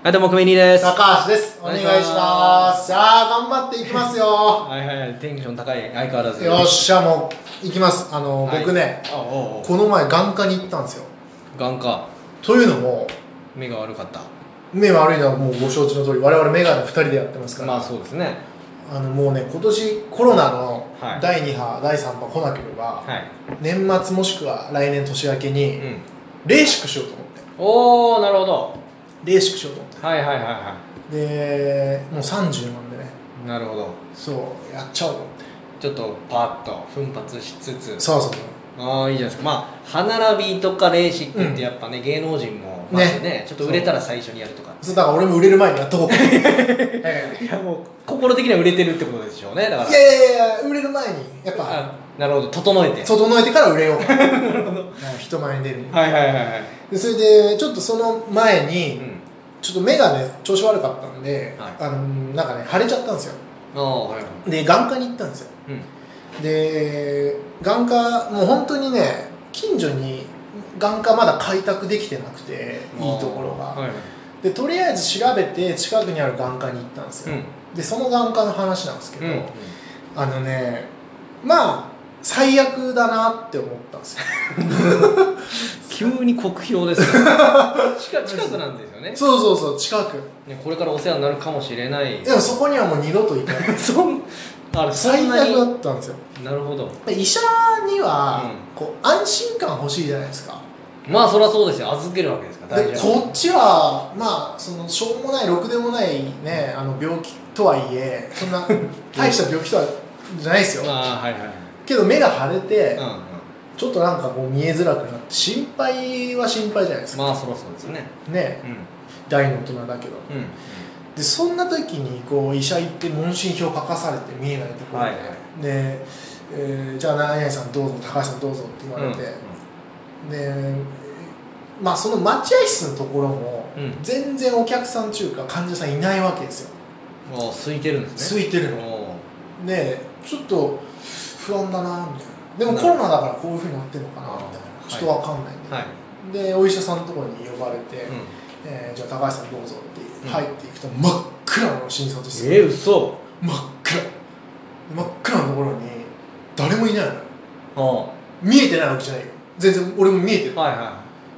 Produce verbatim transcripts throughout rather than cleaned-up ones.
はい、どうも、くめにです。 高橋です。お願いします。じゃあ、頑張っていきますよ。 はいはいはい、テンション高い、相変わらず。 よっしゃ、もう、いきます。あの、 はい、 僕ね、 あおうおう、 この前、眼科に行ったんですよ。 眼科。 というのも、 目が悪かった。 目悪いのはもうご承知の通り、我々メガネふたりでやってますから。 まあ、そうですね。 あの、もうね、今年コロナのはいだいに波、だいさん波来なければ、 はい、 年末もしくは来年年明けに、 うん、 レーシックしようと思って。 おー、なるほど。 レーシックしようと思って。 はいはいはいはで、もうさんじゅうなんでね。 い。なるほど。 そう、やっちゃおうと思って。 ちょっとパッと奮発しつつ。 そうそうそう。 ああ、いいじゃないですか。まあ、歯並びとかレーシックってやっぱね、うん、芸能人もまずね、ね、ちょっと売れたら最初にやるとか。 そうだから俺も売れる前にやっとこうか。いやもう心的には売れてるってことでしょうね。だから。 いやいやいや売れる前にやっぱ。 なるほど、整えて。 整えてから売れようか。なるほど。人前に出る。 はいはいはいはい。 でそれでちょっとその前に、うん、ちょっと目がね調子悪かったんで、はい、あのなんかね腫れちゃったんですよ。ああはいはい。で眼科に行ったんですよ。うん、で眼科もう本当にね近所に眼科まだ開拓できてなくていいところが、はいはい、でとりあえず調べて近くにある眼科に行ったんですよ。うん、でその眼科の話なんですけど、うんうん、あのねまあ最悪だなって思ったんですよ。 急に酷評ですよ。近, 近くなんですよね。 そうそうそう近く。 これからお世話になるかもしれない。 でもそこにはもう二度と行かない。そんあれ最悪だったんですよ。 なるほど。 医者には、うん、こう安心感欲しいじゃないですか。 まあそりゃそうですよ。預けるわけですから。 でこっちはまあそのしょうもないろくでもないねあの病気とはいえそんな大した病気とはじゃないですよ。 あはいはい。 けど目が腫れて、うんうん、ちょっとなんかこう見えづらくなって心配は心配じゃないですか。 まあそりゃそうですね。 ね、うん、大の大人だけど、うんうん、でそんな時にこう医者行って問診票書かされて見えないところで、はいはい、で、えー、じゃあ何々さんどうぞ高橋さんどうぞって言われて、うんうん、でまあその待合室のところも、うん、全然お客さん中か患者さんいないわけですよ。 あ空いてるんですね。 空いてるのでちょっと不安だなみたいな。でもコロナだからこういうふうになってるのかなみたいなちょっと分かんないんで、はい、でお医者さんのところに呼ばれて、うんえー、じゃあ高橋さんどうぞって入っていくと真っ暗な診察室。 えー、嘘。 真っ暗真っ暗なところに誰もいないのよ。ああ見えてないわけじゃないよ。全然俺も見えてる、はいはい、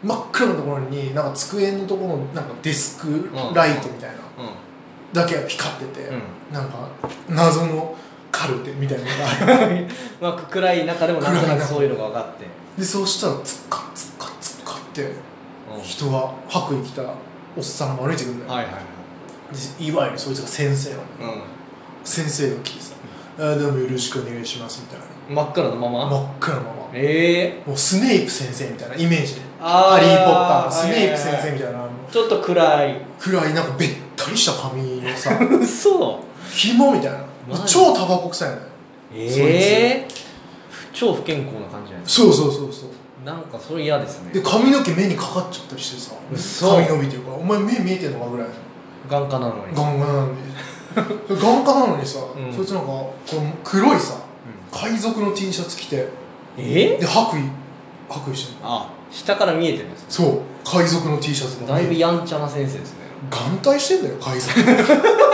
真っ暗なところになんか机のところのなんかデスクライトみたいな、うんうん、だけが光ってて、うん、なんか謎のカルテみたいなのがある。 まあ暗い中でもなんとなくそういうのが分かってでそうしたらツッカツッカツッカって人が白衣着たおっさんが歩いてくるんだよ、はいはいはい、いわゆるそいつが先生なの、うん、先生が来てさ「あどうもよろしくお願いします」みたいな。 真っ暗のまま真っ暗のままええー、 もうスネイプ先生みたいなイメージでハリー・ポッターのスネイプ先生みたいな、はいはいはい、 ちょっと暗い暗いなんかべったりした髪のさ嘘紐みたいな超タバコ臭いのよ。 ええー、超不健康な感じじゃないですか。そうそうそうそうなんかそれ嫌ですね。 で髪の毛目にかかっちゃったりしてさ髪伸びてるからお前目見えてんのかぐらい眼科なのに眼科なのに眼科なのにさ、うん、そいつなんかこの黒いさ、うん、海賊の T シャツ着てえで白衣白衣してる。 あ下から見えてるんですね。 そう海賊の T シャツがだいぶやんちゃな先生ですね。 眼帯してんだよ海賊。 確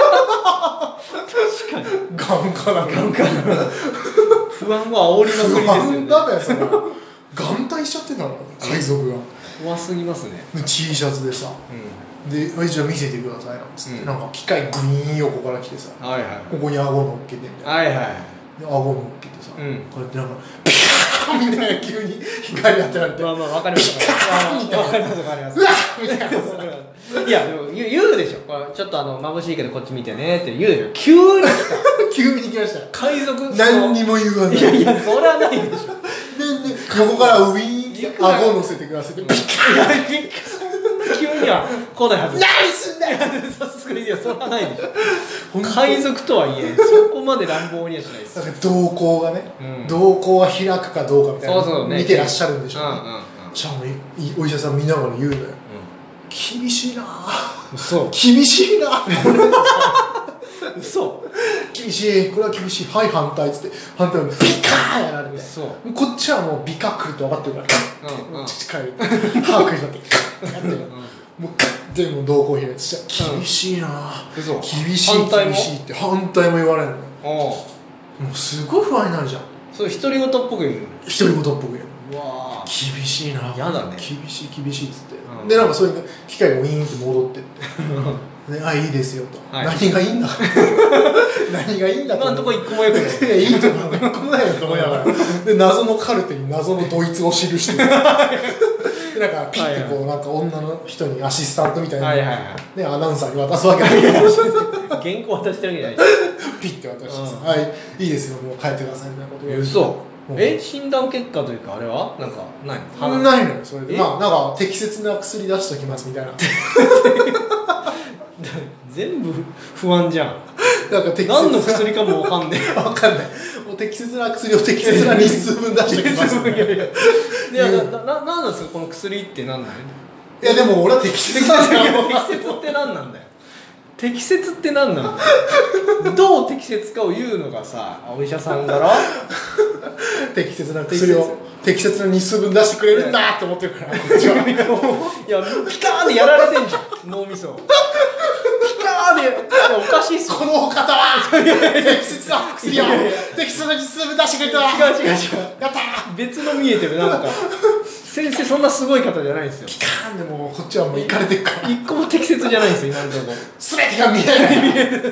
かに眼科なの眼科なの不安は煽りまくりですよね。 不安だべそれ眼帯しちゃってたの海賊が怖すぎますね。 T シャツでさ、うん、でじゃあ見せてくださいなんつって、うん、なんか機械グイーン横から来てさ、はいはい、ここに顎乗っけてみたいな、はいはい、で顎乗っけてさ、うん、こうやってなんかピカーンみたいな急に光当てられてまあまあ分かりますピカーンみたいな分かります分かりますうわっみたいなさいやでも言う、言うでしょこれちょっとあの眩しいけどこっち見てねって言うでしょ。急に来た急に来ました海賊何にも言わない。 いやいやそれはないでしょ。でで横からウィーンって顎乗せてくださいってピカーン急には来ないはず。 何すんだよさすがにいやそれはないでしょ。海賊とはいえそこまで乱暴にはしないです。 だから瞳孔がね、うん、瞳孔が開くかどうかみたいなそうそう、ね、 見てらっしゃるんでしょうね。 うんうんうん、 しかもお医者さん見ながら言うのよ、うん、厳しいなそう厳しいな嘘厳しいこれは厳しいはい反対っつって反対をビカーンやられてそうこっちはもうビカ来ると分かってるから、うんうん、近い歯食いしまってカッてやってる、うん、もうカッでも瞳孔開いて厳しいな、 うん、 厳しい反対も厳しいって反対も言われるの。 もうすごい不安になるじゃん。 そう独り言っぽく言う独り言っぽく言う。 うわ厳しいな、 やだね、 厳しい厳しいっつって、 うん、 でなんかそういう機械がウィーンって戻ってってね、あいいですよと、はい、何がいいんだ何がいいんだと今のところ一個もよくないいやいいところ一個もないよと思いながらで謎のカルテに謎のドイツ語を記してでなんかピッてこうなんか女の人にアシスタントみたいな、はいはいはいね、アナウンサーに渡すわけない原稿渡してるわけじゃないピッて渡してさ、うん、はいいいですよもう帰ってくださいみたいなこと言う。 嘘え診断結果というかあれはなんかないの？ ないのよそれで。まあなんか適切な薬出しときますみたいな全部不安じゃん。 なんか適切何の薬かも分かんねえ分かんない。もう適切な薬を適切な日数分出してきますいやいやいやななななんですかこの薬って何なの？ いやでも俺は適切なんだよ適切って何なんだよ適切って何なんだよどう適切かを言うのがさお医者さんだろ適切な薬を適切な日数分出してくれるんだって思ってるからこっちは。 いやピカーンでやられてんじゃん脳みそピカーンでおかしいっすこのお方は適切な薬を適切な日数分出してくれた。 違う違う違うやったー別の見えてるなんか先生そんなすごい方じゃないんですよ。 ピカーンでもうこっちはもう行かれてるから一個も適切じゃないんですよ今のところ。 全てが見えない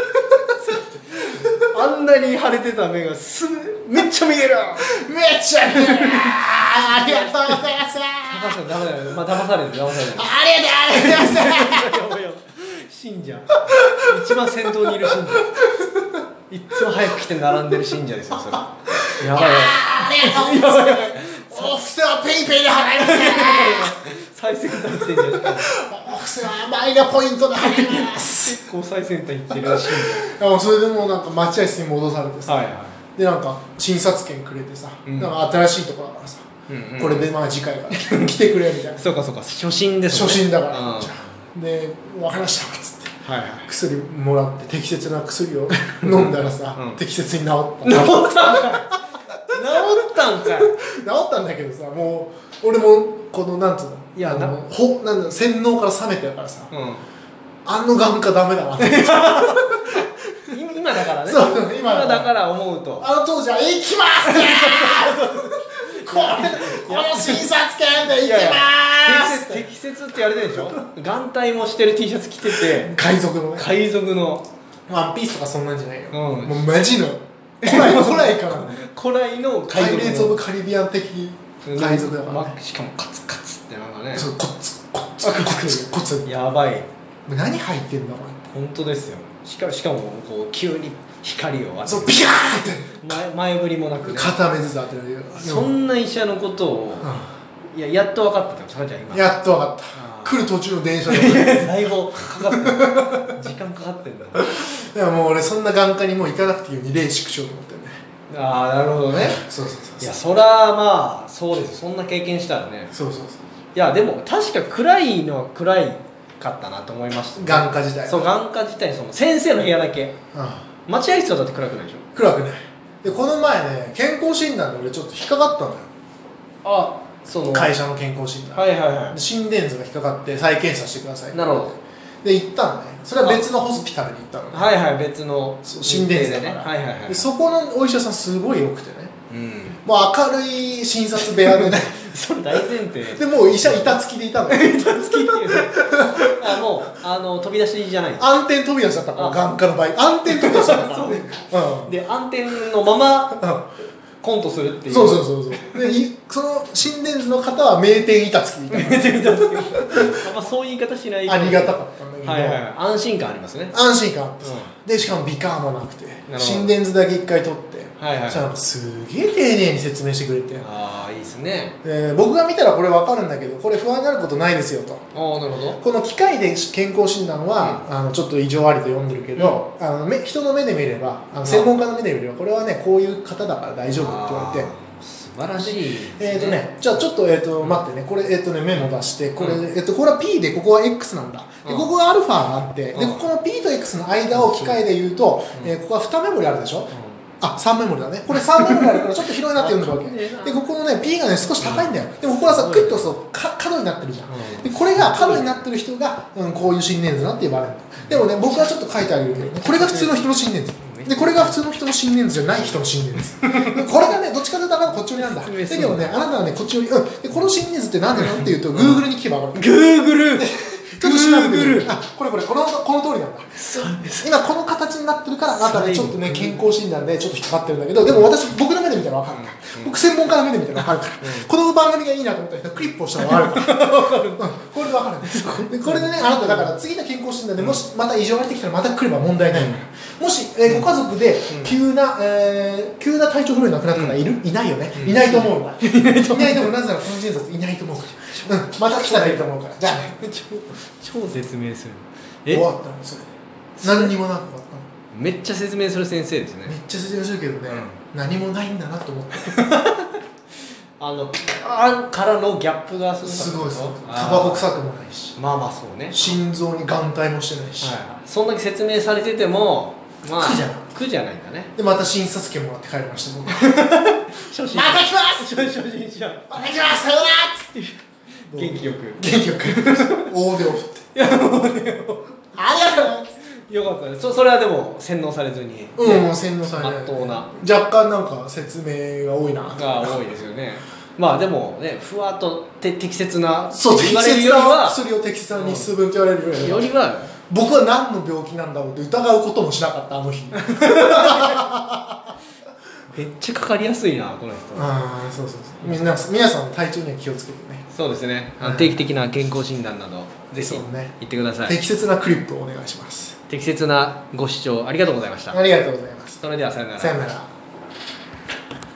あんなに腫れてた目がすめっちゃ見えるめっちゃ見えるありがとうございます高橋さんダメだよ、まあ、騙される騙されるありがとうございます信者一番先頭にいる信者いっつも早く来て並んでる信者ですよそれやばいやばいありがとうございますお布施はペイペイで払います最先端行ってんじゃんお布施はマイナポイントで払います結構最先端行ってるらしいんだ。それでもうなんか待合室に戻されてさ、はいはい、でなんか診察券くれてさ、うん、なんか新しいところだからさ、うんうん、これでまあ次回から来てくれみたいなそうかそうか初診ですね初診だから、うん、じゃあで分かりましたっつって、はいはい、薬もらって適切な薬を飲んだらさ、うん、適切に治った治ったんかい治ったんかい治ったんだけどさもう俺もこのなんつうのいやなほなんだ洗脳から冷めてるからさ、うん、あの眼科ダメだなって今だからねそう今, 今だから思うとあの当時は行きますねこれこの診察券で行きます適切ってやれてるでしょ眼帯もしてる T シャツ着てて海賊のね海賊のワンピースとかそんなんじゃないよ、うん、もうマジの古来古来から古来のパイレーツ・オブ・カリビアン的海賊だからね、 ま、しかもカツカツってなんかねそうコツコツコツコツやばい何入ってんだこれ本当ですよしか, しかもこう急に光を当ててそうピカーって前, 前振りもなくね片目ずつ当てられるそんな医者のことを、うん、いややっと分かったってことじゃ今やっと分かった来る途中の電車でだいぶかかってる時間かかってんだいやもう俺そんな眼科にもう行かなくていいようにレーシックしようと思ってね。 ああなるほどねそうそうそうそういやそらまあそうですそんな経験したらねそうそうそういやでも確か暗いのは暗いかったなと思いました、ね、 眼科自体そう眼科自体その先生の部屋だけ、うん、待合室はだって暗くないでしょ暗くないでこの前ね健康診断で俺ちょっと引っかかったのよあその会社の健康診断はいはいはい心電図が引っかかって再検査してくださいなるほどで行ったのねそれは別のホスピタルに行ったのねはいはい別の心電図だから、 はいはいはい、 でそこのお医者さんすごい良くてね、うん、もう明るい診察部屋でねそれ大前提でもう医者板付きでいたのよ板付きっていうねあもうあの飛び出しじゃない暗転飛び出しだったから眼科の場合暗転飛び出しだったからねうん、で暗転のまま、うんコントするっていうそうそうそうそうでその心電図の方は名店板付きみたいな名店板付きまあそういう言い方しないありがたかったんだけど、 はいはいはい、安心感ありますね安心感あってさ、うん、でしかも鼻管もなくて心電図だけ一回取って、はいはい、なんかすげえ丁寧に説明してくれてああいいですねで僕が見たらこれ分かるんだけどこれ不安になることないですよとああなるほどこの機械で健康診断は、うん、あのちょっと異常ありと読んでるけど、うん、あの目人の目で見ればあの専門家の目で見ればこれはねこういう方だから大丈夫って言われて素晴らしい、ね、 えっ、ー、とねじゃあちょっと,、えー、と待ってねこれ、えーとね、メモ出してこれ、うんえー、とこれは P でここは X なんだでここが α があって、うん、でここの P と X の間を機械で言うと、うんえー、ここはにメモリあるでしょ、うん、 あ、さんメモリだね。これさんメモリあるからちょっと広いなって読んでるわけで、ここのね P がね少し高いんだよ。でもここはさクッとそうか角になってるじゃん。でこれが角になってる人が、うん、こういう心電図だって言われるの。でもね僕はちょっと書いてあげるけどね、これが普通の人の心電図で、これが普通の人の心電図じゃない人の心電図これがねどっちかというとあなたこっち寄りなんだ。だけどねあなたはねこっち寄り、うん、でこの心電図って何でなのっていうと Google に聞けば分かる。 Google ちょっと調べてみる。あ、これこれこのこの通りなんだ。今この形になってるからあなたねちょっとね健康診断でちょっと引っかかってるんだけど、でも私僕の目で見たら分かるから、僕専門家の目で見たら分かるから、この番組がいいなと思った人はクリップをしたら分かるから分かる、うん、これで分かるんです。でこれでねあなただから次の健康診断でもしまた異常が出てきたらまた来れば問題ないから、もし、えー、ご家族で急な、えー、急な体調不良になくなった方いる、いないよね、いないと思うんだ。いないと思う。いないと思う。なぜならこの人物いないと思うから、うん、また来たらいいと思うから。じゃあね超説明する。 え終わったのそれ何にもなく終わったの。 めっちゃ説明する先生ですね。 めっちゃ説明するけどね、うん、何もないんだなと思ってあのあからのギャップがすごい。そうタバコ臭くもないし、 まあまあそうね、 心臓に眼帯もしてないし、 はい、そんだけ説明されてても、まあ、苦じゃない苦じゃないんだね。 でまた診察券もらって帰りました僕初心また来ます初心者また来ますさよならっつって元気よく元気よく大手を振っていや大手をありがとうよかったね。そ, それはでも洗脳されずに、 うん、もう洗脳されない、 まっとうな若干なんか説明が多いなが多いですよねまあでもねふわっとて適切なそう適切な薬を適切な日数分って言われるよりは、 よりは僕は何の病気なんだろうって疑うこともしなかったあの日めっちゃかかりやすいなこの人。 ああそうそうそう。みんな皆さん体調には気をつけてね。 そうですね、あの定期的な健康診断などぜひ行ってください。 適切なクリップをお願いします。 適切なご視聴ありがとうございました。 ありがとうございます。 それではさよなら。 さよなら。